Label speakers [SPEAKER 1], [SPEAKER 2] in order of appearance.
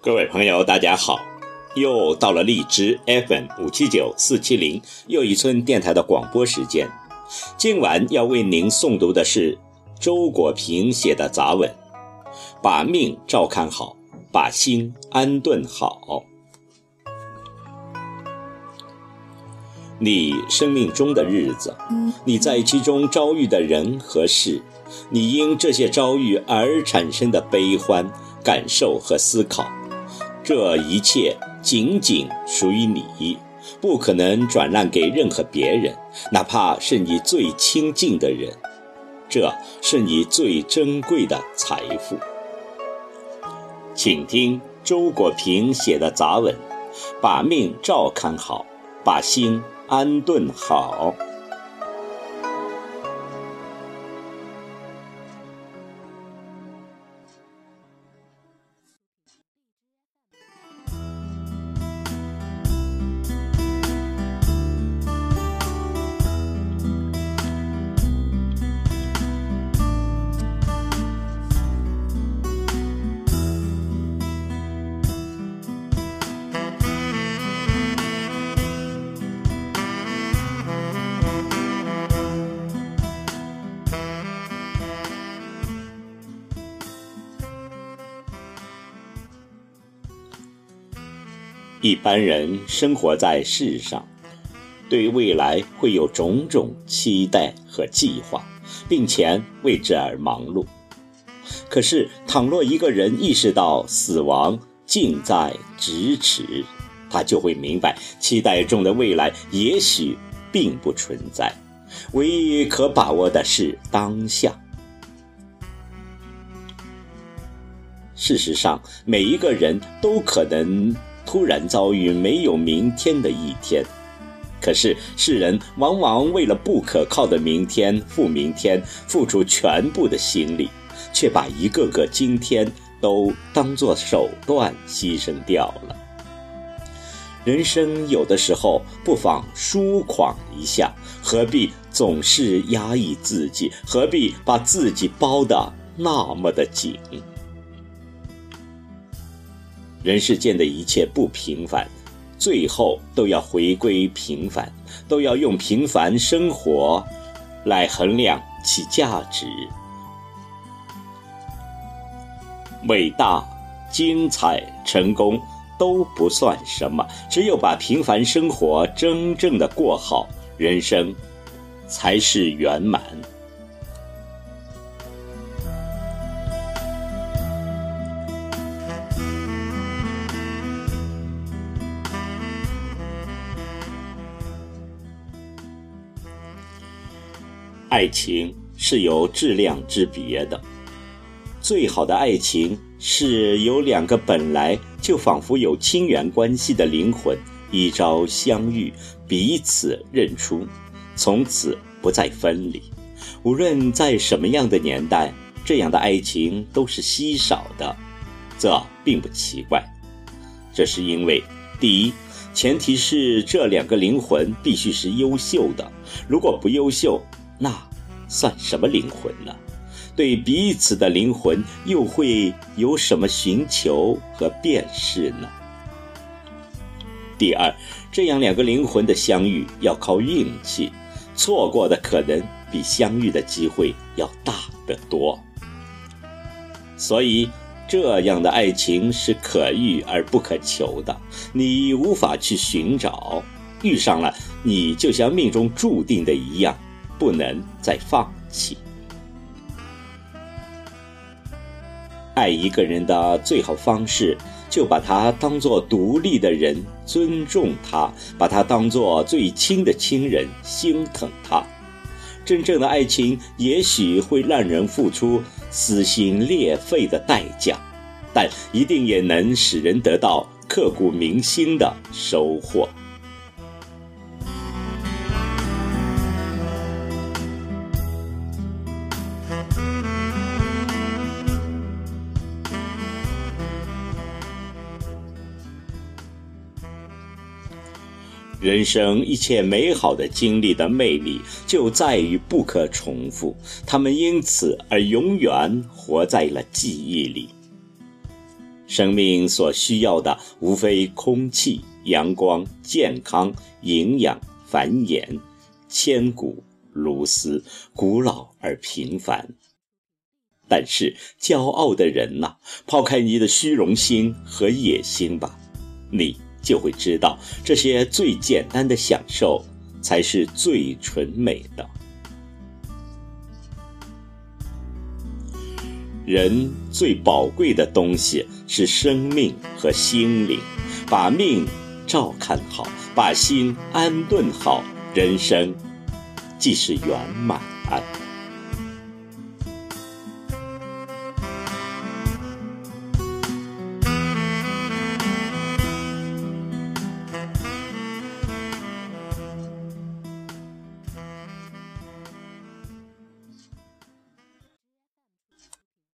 [SPEAKER 1] 各位朋友大家好，又到了荔枝 FM579470又一村电台的广播时间。今晚要为您诵读的是周国平写的杂文，把命照看好，把心安顿好。你生命中的日子，你在其中遭遇的人和事，你因这些遭遇而产生的悲欢、感受和思考，这一切仅仅属于你，不可能转让给任何别人，哪怕是你最亲近的人。这是你最珍贵的财富。请听周国平写的杂文，把命照看好，把心安顿好。一般人生活在世上，对未来会有种种期待和计划，并且为之而忙碌。可是倘若一个人意识到死亡近在咫尺，他就会明白期待中的未来也许并不存在，唯一可把握的是当下。事实上，每一个人都可能突然遭遇没有明天的一天，可是世人往往为了不可靠的明天、负明天付出全部的心力，却把一个个今天都当作手段牺牲掉了。人生有的时候不妨舒狂一下，何必总是压抑自己，何必把自己包得那么的紧？人世间的一切不平凡，最后都要回归平凡，都要用平凡生活来衡量其价值。伟大、精彩、成功都不算什么，只有把平凡生活真正的过好，人生才是圆满。爱情是有质量之别的，最好的爱情是有两个本来就仿佛有亲缘关系的灵魂一朝相遇，彼此认出，从此不再分离。无论在什么样的年代，这样的爱情都是稀少的，这并不奇怪。这是因为，第一，前提是这两个灵魂必须是优秀的，如果不优秀，那算什么灵魂呢？对彼此的灵魂又会有什么寻求和辨识呢？第二，这样两个灵魂的相遇要靠运气，错过的可能比相遇的机会要大得多。所以这样的爱情是可遇而不可求的，你无法去寻找，遇上了你就像命中注定的一样，不能再放弃。爱一个人的最好方式，就把他当作独立的人，尊重他，把他当作最亲的亲人，心疼他。真正的爱情也许会让人付出撕心裂肺的代价，但一定也能使人得到刻骨铭心的收获。人生一切美好的经历的魅力就在于不可重复，它们因此而永远活在了记忆里。 生命所需要的无非空气、阳光、健康、营养、繁衍，千古如斯，古老而平凡。但是骄傲的人呐，抛开你的虚荣心和野心吧，你就会知道，这些最简单的享受才是最纯美的。人最宝贵的东西是生命和心灵，把命照看好，把心安顿好，人生即是圆满。